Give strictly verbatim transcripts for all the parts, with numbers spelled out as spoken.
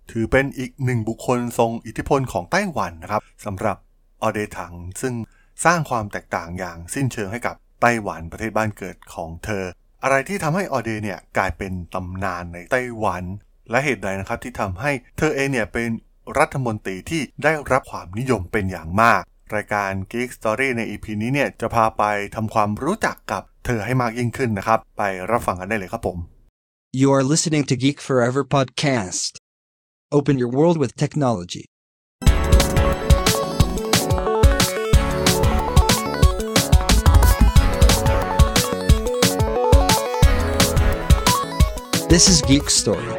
ถือเป็นอีกหนึ่งบุคคลทรงอิทธิพลของไต้หวันนะครับสำหรับออเดถังซึ่งสร้างความแตกต่างอย่างสิ้นเชิงให้กับไต้หวันประเทศบ้านเกิดของเธออะไรที่ทำให้ออเดเนี่ยกลายเป็นตำนานในไต้หวันและเหตุใดนะครับที่ทำให้เธอเองเนี่ยเป็นรัฐมนตรีที่ได้รับความนิยมเป็นอย่างมากรายการ Geek Story ใน อี พี นี้เนี่ยจะพาไปทำความรู้จักกับเธอให้มากยิ่งขึ้นนะครับไปรับฟังกันได้เลยครับผม You are listening to Geek Forever podcast. Open your world with technology. This is Geek Story.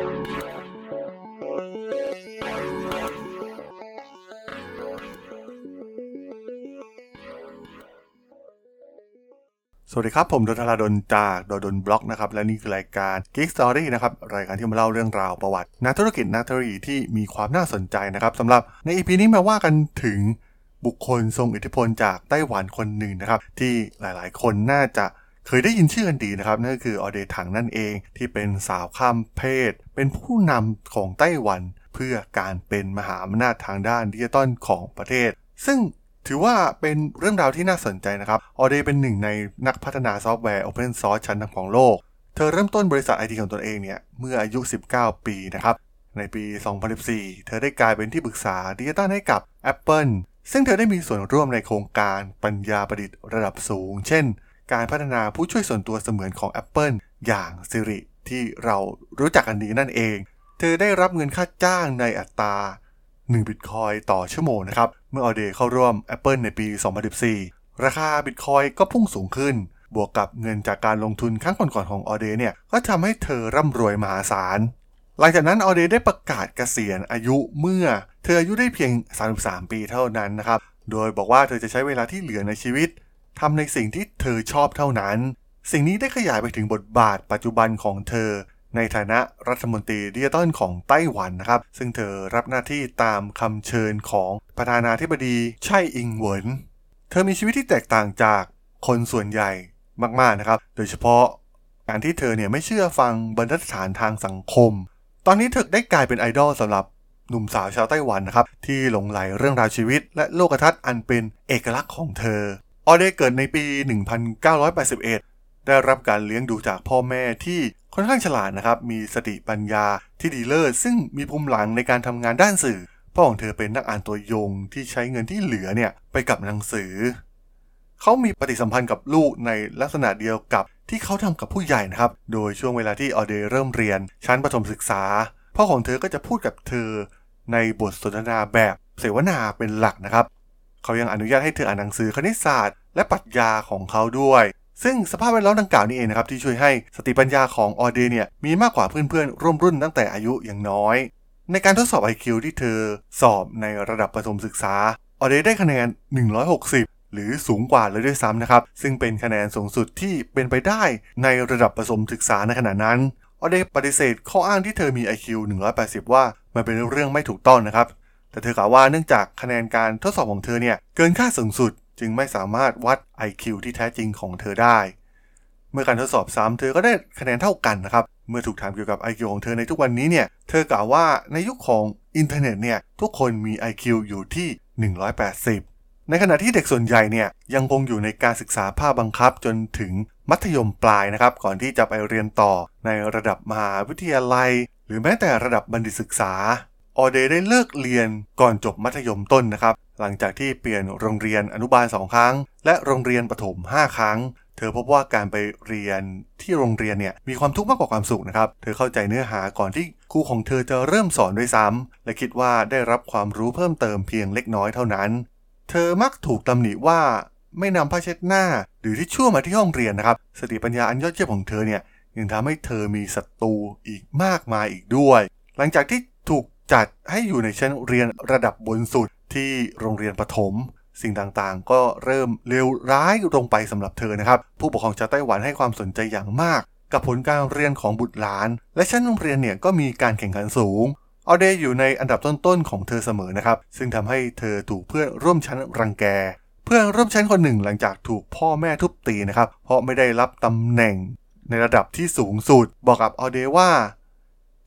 สวัสดีครับผมดนทราดลจากดนบล็อกนะครับและนี่คือรายการ Geek Story นะครับรายการที่มาเล่าเรื่องราวประวัตินักธุรกิจนักเทคโนโลยีที่มีความน่าสนใจนะครับสำหรับใน อี พี นี้มาว่ากันถึงบุคคลทรงอิทธิพลจากไต้หวันคนหนึ่งนะครับที่หลายๆคนน่าจะเคยได้ยินชื่อกันดีนะครับนั่นก็คือออเดถังนั่นเองที่เป็นสาวข้ามเพศเป็นผู้นำของไต้หวันเพื่อการเป็นมหาอำนาจทางด้านดิจิทัลของประเทศซึ่งถือว่าเป็นเรื่องราวที่น่าสนใจนะครับออเดเป็นหนึ่งในนักพัฒนาซอฟต์แวร์ Open Source ชั้นนำของโลกเธอเริ่มต้นบริษัท ไอ ที ของตนเองเนี่ยเมื่ออายุสิบเก้าปีนะครับในปีสองพันสิบสี่เธอได้กลายเป็นที่ปรึกษาดิจิทัลให้กับ Apple ซึ่งเธอได้มีส่วนร่วมในโครงการปัญญาประดิษฐ์ระดับสูงเช่นการพัฒนาผู้ช่วยส่วนตัวเสมือนของ Apple อย่าง Siri ที่เรารู้จักกันดีนั่นเองเธอได้รับเงินค่าจ้างในอัตราหนึ่งบิตคอยต่อชั่วโมงนะครับเมื่อออเดเข้าร่วม Apple ในปีสองพันสิบสี่ราคาบิตคอยก็พุ่งสูงขึ้นบวกกับเงินจากการลงทุนครั้งก่อนๆของออเดเนี่ยก็ทำให้เธอร่ำรวยมหาศาลหลังจากนั้นออเดได้ประกาศเกษียณอายุเมื่อเธออายุได้เพียงสามสิบสามปีเท่านั้นนะครับโดยบอกว่าเธอจะใช้เวลาที่เหลือในชีวิตทำในสิ่งที่เธอชอบเท่านั้นสิ่งนี้ได้ขยายไปถึงบทบาทปัจจุบันของเธอในฐานะรัฐมนตรีดิจิทัลของไต้หวันนะครับซึ่งเธอรับหน้าที่ตามคำเชิญของประธานาธิบดีไช่อิงเหวินเธอมีชีวิตที่แตกต่างจากคนส่วนใหญ่มากๆนะครับโดยเฉพาะการที่เธอเนี่ยไม่เชื่อฟังบรรทัดฐานทางสังคมตอนนี้เธอได้กลายเป็นไอดอลสำหรับหนุ่มสาวชาวไต้หวันนะครับที่หลงไหลเรื่องราวชีวิตและโลกทัศน์อันเป็นเอกลักษณ์ของเธอออเดเกิดในปีหนึ่งพันเก้าร้อยแปดสิบเอ็ดได้รับการเลี้ยงดูจากพ่อแม่ที่ค่อนข้างฉลาดนะครับมีสติปัญญาที่ดีเลิศซึ่งมีภูมิหลังในการทำงานด้านสื่อพ่อของเธอเป็นนักอ่านตัวยงที่ใช้เงินที่เหลือเนี่ยไปกับหนังสือเขามีปฏิสัมพันธ์กับลูกในลักษณะเดียวกับที่เขาทำกับผู้ใหญ่นะครับโดยช่วงเวลาที่ออเดเริ่มเรียนชั้นประถมศึกษาพ่อของเธอก็จะพูดกับเธอในบทสนทนาแบบเสวนาเป็นหลักนะครับเขายังอนุญาตให้เธออ่านหนังสือคณิตศาสตร์และปรัชญาของเขาด้วยซึ่งสภาพแวดล้อมดังกล่าวนี้เองนะครับที่ช่วยให้สติปัญญาของออเดเนี่ยมีมากกว่าเพื่อนๆร่วมรุ่นตั้งแต่อายุยังน้อยในการทดสอบ ไอ คิว ที่เธอสอบในระดับประถมศึกษาออเดได้คะแนนหนึ่งร้อยหกสิบหรือสูงกว่าเลยด้วยซ้ำนะครับซึ่งเป็นคะแนนสูงสุดที่เป็นไปได้ในระดับประถมศึกษาในขณะนั้นออเดปฏิเสธข้ออ้างที่เธอมี ไอ คิว หนึ่งร้อยแปดสิบว่ามันเป็นเรื่องไม่ถูกต้องนะครับแต่เธอกล่าวว่าเนื่องจากคะแนนการทดสอบของเธอเนี่ยเกินค่าสูงสุดจึงไม่สามารถวัด ไอ คิว ที่แท้จริงของเธอได้เมื่อการทดสอบซ้ำเธอก็ได้คะแนนเท่ากันนะครับเมื่อถูกถามเกี่ยวกับ ไอ คิว ของเธอในทุกวันนี้เนี่ยเธอกล่าวว่าในยุคของอินเทอร์เน็ตเนี่ยทุกคนมี ไอ คิว อยู่ที่หนึ่งร้อยแปดสิบในขณะที่เด็กส่วนใหญ่เนี่ยยังคงอยู่ในการศึกษาภาคบังคับจนถึงมัธยมปลายนะครับก่อนที่จะไปเรียนต่อในระดับมหาวิทยาลัยหรือแม้แต่ระดับบัณฑิตศึกษาออเดได้เลิกเรียนก่อนจบมัธยมต้นนะครับหลังจากที่เปลี่ยนโรงเรียนอนุบาลสองครั้งและโรงเรียนประถมห้าครั้งเธอพบว่าการไปเรียนที่โรงเรียนเนี่ยมีความทุกข์มากกว่าความสุขนะครับเธอเข้าใจเนื้อหาก่อนที่ครูของเธอจะเริ่มสอนด้วยซ้ำและคิดว่าได้รับความรู้เพิ่มเติมเพียงเล็กน้อยเท่านั้นเธอมักถูกตำหนิว่าไม่นำผ้าเช็ดหน้าหรือทิชชู่มาที่ห้องเรียนนะครับสติปัญญาอันยอดเยี่ยมของเธอเนี่ยยังทำให้เธอมีศัตรูอีกมากมายอีกด้วยหลังจากที่ถูกจัดให้อยู่ในชั้นเรียนระดับบนสุดที่โรงเรียนประถมสิ่งต่างๆก็เริ่มเลวร้ายลงไปสำหรับเธอนะครับผู้ปกครองชาวไต้หวันให้ความสนใจอย่างมากกับผลการเรียนของบุตรหลานและชั้นโรงเรียนเนี่ยก็มีการแข่งขันสูงออเดอยู่ในอันดับต้นๆของเธอเสมอนะครับซึ่งทำให้เธอถูกเพื่อนร่วมชั้นรังแกเพื่อนร่วมชั้นคนหนึ่งหลังจากถูกพ่อแม่ทุบตีนะครับเพราะไม่ได้รับตำแหน่งในระดับที่สูงสุดบอกกับออเดว่า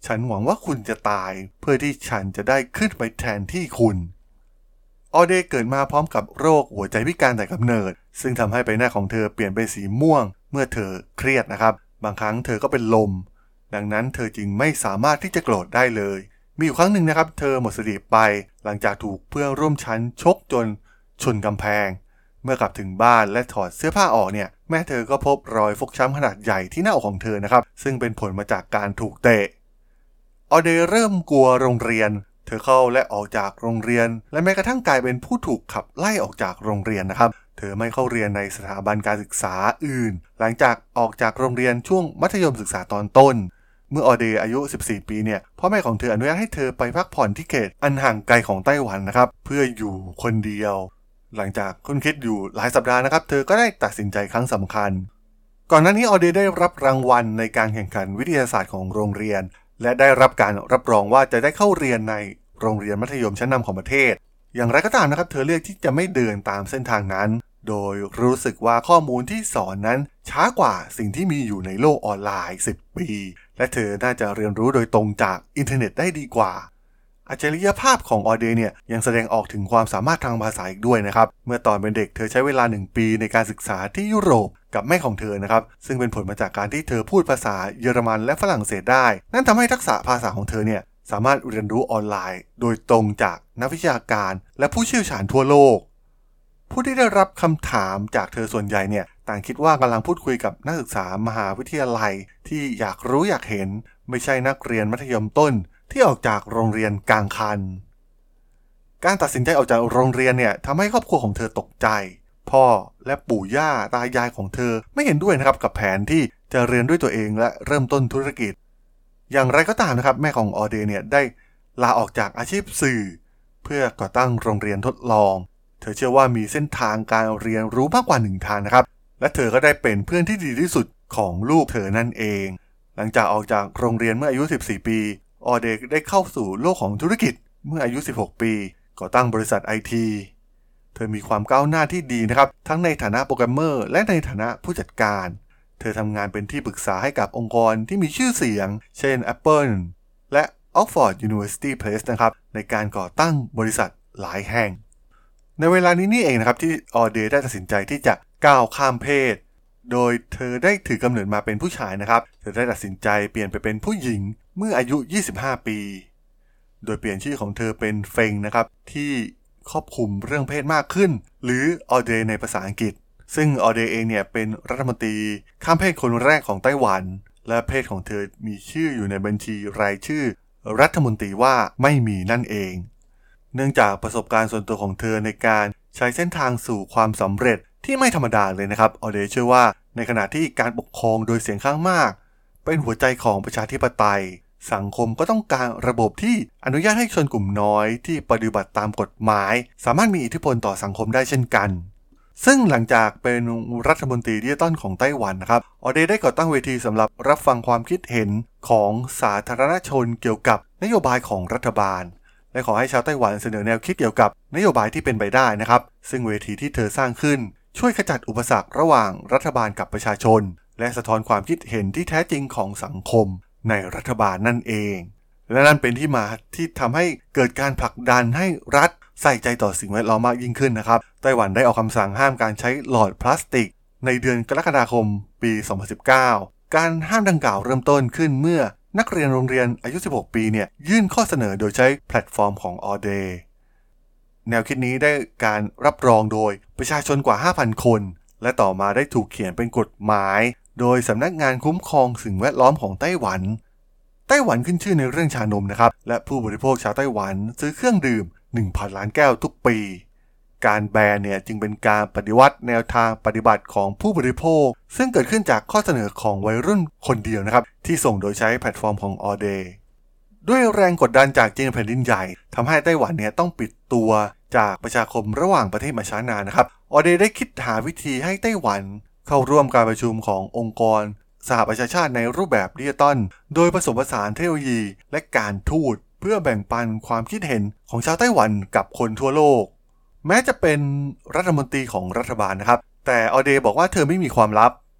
ฉันหวังว่าคุณจะตายเพื่อที่ฉันจะได้ขึ้นไปแทนที่คุณออเดย์เกิดมาพร้อมกับโรคหัวใจพิการแต่กำเนิดซึ่งทำให้ใบหน้าของเธอเปลี่ยนเป็นสีม่วงเมื่อเธอเครียดนะครับบางครั้งเธอก็เป็นลมดังนั้นเธอจึงไม่สามารถที่จะโกรธได้เลยมีอยู่ครั้งหนึ่งนะครับเธอหมดสติไปหลังจากถูกเพื่อนร่วมชั้นชกจนชนกำแพงเมื่อกลับถึงบ้านและถอดเสื้อผ้าออกเนี่ยแม่เธอก็พบรอยฟกช้ำขนาดใหญ่ที่หน้าอกของเธอนะครับซึ่งเป็นผลมาจากการถูกเตะออเดย์เริ่มกลัวโรงเรียนเธอเข้าและออกจากโรงเรียนและแม้กระทั่งกลายเป็นผู้ถูกขับไล่ออกจากโรงเรียนนะครับเธอไม่เข้าเรียนในสถาบันการศึกษาอื่นหลังจากออกจากโรงเรียนช่วงมัธยมศึกษาตอนต้นเมื่อออเดย์อายุสิบสี่ปีเนี่ยพ่อแม่ของเธออนุญาตให้เธอไปพักผ่อนที่เขตอันห่างไกลของไต้หวันนะครับเพื่ออยู่คนเดียวหลังจากค้นคิดอยู่หลายสัปดาห์นะครับเธอก็ได้ตัดสินใจครั้งสำคัญก่อนหน้านี้ออเดย์ได้รับรางวัลในการแข่งขันวิทยาศาสตร์ของโรงเรียนและได้รับการรับรองว่าจะได้เข้าเรียนในโรงเรียนมัธยมชั้นนำของประเทศอย่างไรก็ตามนะครับเธอเลือกที่จะไม่เดินตามเส้นทางนั้นโดยรู้สึกว่าข้อมูลที่สอนนั้นช้ากว่าสิ่งที่มีอยู่ในโลกออนไลน์สิบปีและเธอน่าจะเรียนรู้โดยตรงจากอินเทอร์เน็ตได้ดีกว่าอัจฉริยภาพของออเดย์เนี่ยยังแสดงออกถึงความสามารถทางภาษาอีกด้วยนะครับเมื่อตอนเป็นเด็กเธอใช้เวลาหนึ่งปีในการศึกษาที่ยุโรปกับแม่ของเธอนะครับซึ่งเป็นผลมาจากการที่เธอพูดภาษาเยอรมันและฝรั่งเศสได้นั่นทำให้ทักษะภาษาของเธอเนี่ยสามารถเรียนรู้ออนไลน์โดยตรงจากนักวิชาการและผู้เชี่ยวชาญทั่วโลกผู้ที่ได้รับคำถามจากเธอส่วนใหญ่เนี่ยต่างคิดว่ากำลังพูดคุยกับนักศึกษามหาวิทยาลัยที่อยากรู้อยากเห็นไม่ใช่นักเรียนมัธยมต้นที่ออกจากโรงเรียนกลางคันการตัดสินใจออกจากโรงเรียนเนี่ยทำให้ครอบครัวของเธอตกใจพ่อและปู่ย่าตายายของเธอไม่เห็นด้วยนะครับกับแผนที่จะเรียนด้วยตัวเองและเริ่มต้นธุรกิจอย่างไรก็ตามนะครับแม่ของออเดย์เนี่ยได้ลาออกจากอาชีพสื่อเพื่อก่อตั้งโรงเรียนทดลองเธอเชื่อว่ามีเส้นทางการเรียนรู้มากกว่าหนึ่งทางนะครับและเธอก็ได้เป็นเพื่อนที่ดีที่สุดของลูกเธอนั่นเองหลังจากออกจากโรงเรียนเมื่ออายุสิบสี่ปีออเดย์ได้เข้าสู่โลกของธุรกิจเมื่ออายุสิบหกปีก่อตั้งบริษัท ไอ ที เธอมีความก้าวหน้าที่ดีนะครับทั้งในฐานะโปรแกรมเมอร์และในฐานะผู้จัดการเธอทำงานเป็นที่ปรึกษาให้กับองค์กรที่มีชื่อเสียงเช่น Apple และ Oxford University Press นะครับในการก่อตั้งบริษัทหลายแห่งในเวลานี้นี่เองนะครับที่ออเดย์ได้ตัดสินใจที่จะก้าวข้ามเพศโดยเธอได้ถือกำเนิดมาเป็นผู้ชายนะครับเธอได้ตัดสินใจเปลี่ยนไปเป็นผู้หญิงเมื่ออายุยี่สิบห้าปีโดยเปลี่ยนชื่อของเธอเป็นเฟงนะครับที่ครอบคลุมเรื่องเพศมากขึ้นหรือออเดย์ในภาษาอังกฤษซึ่งออเดย์เองเนี่ยเป็นรัฐมนตรีข้ามเพศคนแรกของไต้หวันและเพศของเธอมีชื่ออยู่ในบัญชีรายชื่อรัฐมนตรีว่าไม่มีนั่นเองเนื่องจากประสบการณ์ส่วนตัวของเธอในการใช้เส้นทางสู่ความสำเร็จที่ไม่ธรรมดาเลยนะครับออเดย์เชื่อว่าในขณะที่การปกครองโดยเสียงข้างมากเป็นหัวใจของประชาธิปไตยสังคมก็ต้องการระบบที่อนุญาตให้ชนกลุ่มน้อยที่ปฏิบัติตามกฎหมายสามารถมีอิทธิพลต่อสังคมได้เช่นกันซึ่งหลังจากเป็นรัฐมนตรีดิจิทัลของไต้หวันนะครับออเดย์ได้ก่อตั้งเวทีสำหรับรับฟังความคิดเห็นของสาธารณชนเกี่ยวกับนโยบายของรัฐบาลและขอให้ชาวไต้หวันเสนอแนวคิดเกี่ยวกับนโยบายที่เป็นไปได้นะครับซึ่งเวทีที่เธอสร้างขึ้นช่วยขจัดอุปสรรคระหว่างรัฐบาลกับประชาชนและสะท้อนความคิดเห็นที่แท้จริงของสังคมในรัฐบาลนั่นเองและนั่นเป็นที่มาที่ทำให้เกิดการผลักดันให้รัฐใส่ใจต่อสิ่งแวดล้อมมากยิ่งขึ้นนะครับไต้หวันได้ออกคำสั่งห้ามการใช้หลอดพลาสติกในเดือนกรกฎาคมปีสองพันสิบเก้าการห้ามดังกล่าวเริ่มต้นขึ้นเมื่อนักเรียนโรงเรียนอายุสิบหกปีเนี่ยยื่นข้อเสนอโดยใช้แพลตฟอร์มของออเดย์แนวคิดนี้ได้การรับรองโดยประชาชนกว่า ห้าพัน คนและต่อมาได้ถูกเขียนเป็นกฎหมายโดยสำนักงานคุ้มครองสิ่งแวดล้อมของไต้หวันไต้หวันขึ้นชื่อในเรื่องชานมนะครับและผู้บริโภคชาวไต้หวันซื้อเครื่องดื่ม หนึ่งพัน ล้านแก้วทุกปีการแบนเนี่ยจึงเป็นการปฏิวัติแนวทางปฏิบัติของผู้บริโภคซึ่งเกิดขึ้นจากข้อเสนอของวัยรุ่นคนเดียวนะครับที่ส่งโดยใช้แพลตฟอร์มของออเดย์ด้วยแรงกดดันจากจีนแผ่นดินใหญ่ทำให้ไต้หวันเนี่ยต้องปิดตัวจากประชาคมระหว่างประเทศมาช้านานนะครับออเดย์ได้คิดหาวิธีให้ไต้หวันเข้าร่วมการประชุมขององค์กรสหประชาชาติในรูปแบบดิจิตอลโดยผสมผสานเทคโนโลยีและการทูตเพื่อแบ่งปันความคิดเห็นของชาวไต้หวันกับคนทั่วโลกแม้จะเป็นรัฐมนตรีของรัฐบาลนะครับแต่ออเดย์บอกว่าเธอไม่มีความลับ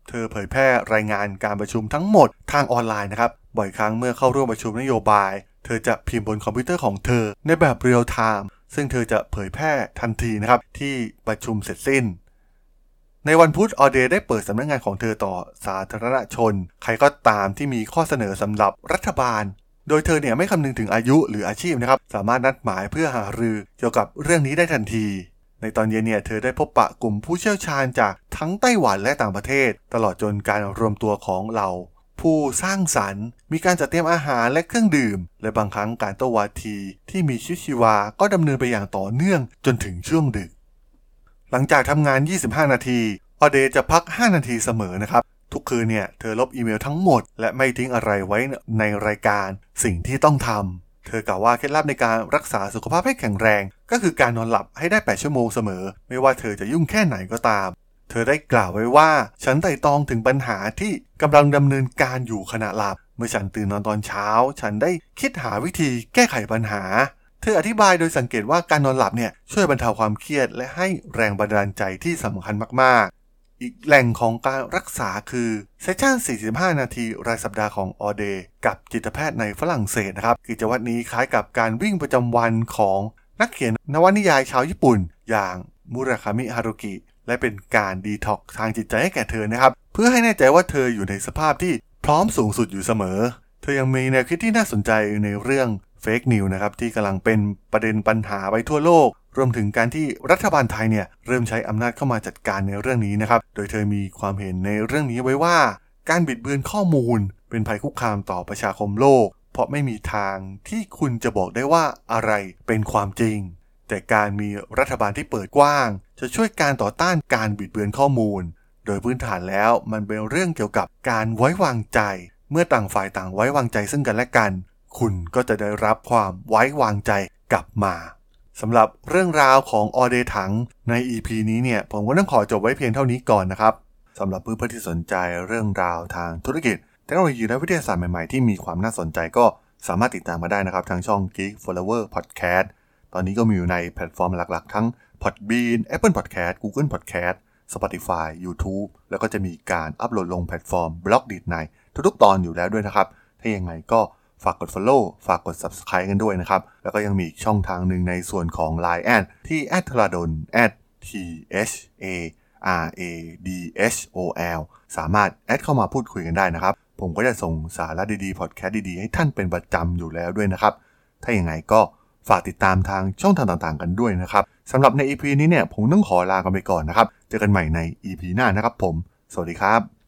เธอเผยแพร่รายงานการประชุมทั้งหมดทางออนไลน์นะครับบ่อยครั้งเมื่อเข้าร่วมประชุมนโยบายเธอจะพิมพ์บนคอมพิวเตอร์ของเธอในแบบเรียลไทม์ซึ่งเธอจะเผยแพร่ทันทีนะครับที่ประชุมเสร็จสิ้นในวันพุธออเดย์ได้เปิดสำนักงานของเธอต่อสาธารณชนใครก็ตามที่มีข้อเสนอสำหรับรัฐบาลโดยเธอเนี่ยไม่คำนึงถึงอายุหรืออาชีพนะครับสามารถนัดหมายเพื่อหารือเกี่ยวกับเรื่องนี้ได้ทันทีในตอนเย็นเนี่ยเธอได้พบปะกลุ่มผู้เชี่ยวชาญจากทั้งไต้หวันและต่างประเทศตลอดจนการรวมตัวของเราผู้สร้างสรรค์มีการจัดเตรียมอาหารและเครื่องดื่มและบางครั้งการโต้วาทีที่มีชีวิตชีวาก็ดำเนินไปอย่างต่อเนื่องจนถึงช่วงดึกหลังจากทำงานยี่สิบห้านาทีออเดย์จะพักห้านาทีเสมอนะครับทุกคืนเนี่ยเธอลบอีเมลทั้งหมดและไม่ทิ้งอะไรไว้ในรายการสิ่งที่ต้องทำเธอกล่าวว่าเคล็ดลับในการรักษาสุขภาพให้แข็งแรงก็คือการนอนหลับให้ได้แปดชั่วโมงเสมอไม่ว่าเธอจะยุ่งแค่ไหนก็ตามเธอได้กล่าวไว้ว่าฉันไต่ตรองถึงปัญหาที่กำลังดำเนินการอยู่ขณะหลับเมื่อฉันตื่นนอนตอนเช้าฉันได้คิดหาวิธีแก้ไขปัญหาเธออธิบายโดยสังเกตว่าการนอนหลับเนี่ยช่วยบรรเทาความเครียดและให้แรงบันดาลใจที่สำคัญมากๆอีกแหล่งของการรักษาคือเซสชั่นสี่สิบห้านาทีรายสัปดาห์ของออเดย์กับจิตแพทย์ในฝรั่งเศสนะครับกิจวัตรนี้คล้ายกับการวิ่งประจำวันของนักเขียนนวนิยายชาวญี่ปุ่นอย่างมุราคามิฮารุกิและเป็นการดีท็อกซ์ทางจิตใจให้แก่เธอนะครับเพื่อให้แน่ใจว่าเธออยู่ในสภาพที่พร้อมสูงสุดอยู่เสมอเธอยังมีแนวคิดที่น่าสนใจในเรื่องเฟคนิวนะครับที่กำลังเป็นประเด็นปัญหาไปทั่วโลกรวมถึงการที่รัฐบาลไทยเนี่ยเริ่มใช้อำนาจเข้ามาจัดการในเรื่องนี้นะครับโดยเธอมีความเห็นในเรื่องนี้ไว้ว่าการบิดเบือนข้อมูลเป็นภัยคุกคามต่อประชาคมโลกเพราะไม่มีทางที่คุณจะบอกได้ว่าอะไรเป็นความจริงแต่การมีรัฐบาลที่เปิดกว้างจะช่วยการต่อต้านการบิดเบือนข้อมูลโดยพื้นฐานแล้วมันเป็นเรื่องเกี่ยวกับการไว้วางใจเมื่อต่างฝ่ายต่างไว้วางใจซึ่งกันและกันคุณก็จะได้รับความไว้วางใจกลับมาสำหรับเรื่องราวของออเดย์ถังใน อี พี นี้เนี่ยผมก็ต้องขอจบไว้เพียงเท่านี้ก่อนนะครับสำหรับเพื่อนๆที่สนใจเรื่องราวทางธุรกิจเทคโนโลยีและวิทยาศาสตร์ใหม่ๆที่มีความน่าสนใจก็สามารถติดตามมาได้นะครับทางช่อง Geek Flower Podcast ตอนนี้ก็มีอยู่ในแพลตฟอร์มหลักๆทั้ง Podbean Apple Podcast Google Podcast Spotify YouTube แล้วก็จะมีการอัปโหลดลงแพลตฟอร์ม Blogdit ในทุกๆตอนอยู่แล้วด้วยนะครับถ้ายังไงก็ฝากกด follow ฝากกด subscribe กันด้วยนะครับแล้วก็ยังมีช่องทางหนึ่งในส่วนของ ไลน์ แอด ที่ แอท ธราดล แอท ที เอช เอ อาร์ เอ ดี เอช โอ แอล สามารถแอดเข้ามาพูดคุยกันได้นะครับผมก็จะส่งสาระดีๆพอดแคสต์ดีๆให้ท่านเป็นประจำอยู่แล้วด้วยนะครับถ้าอย่างไรก็ฝากติดตามทางช่องทางต่างๆกันด้วยนะครับสำหรับใน อี พี นี้เนี่ยผมต้องขอลากันไปก่อนนะครับเจอกันใหม่ใน อี พี หน้านะครับผมสวัสดีครับ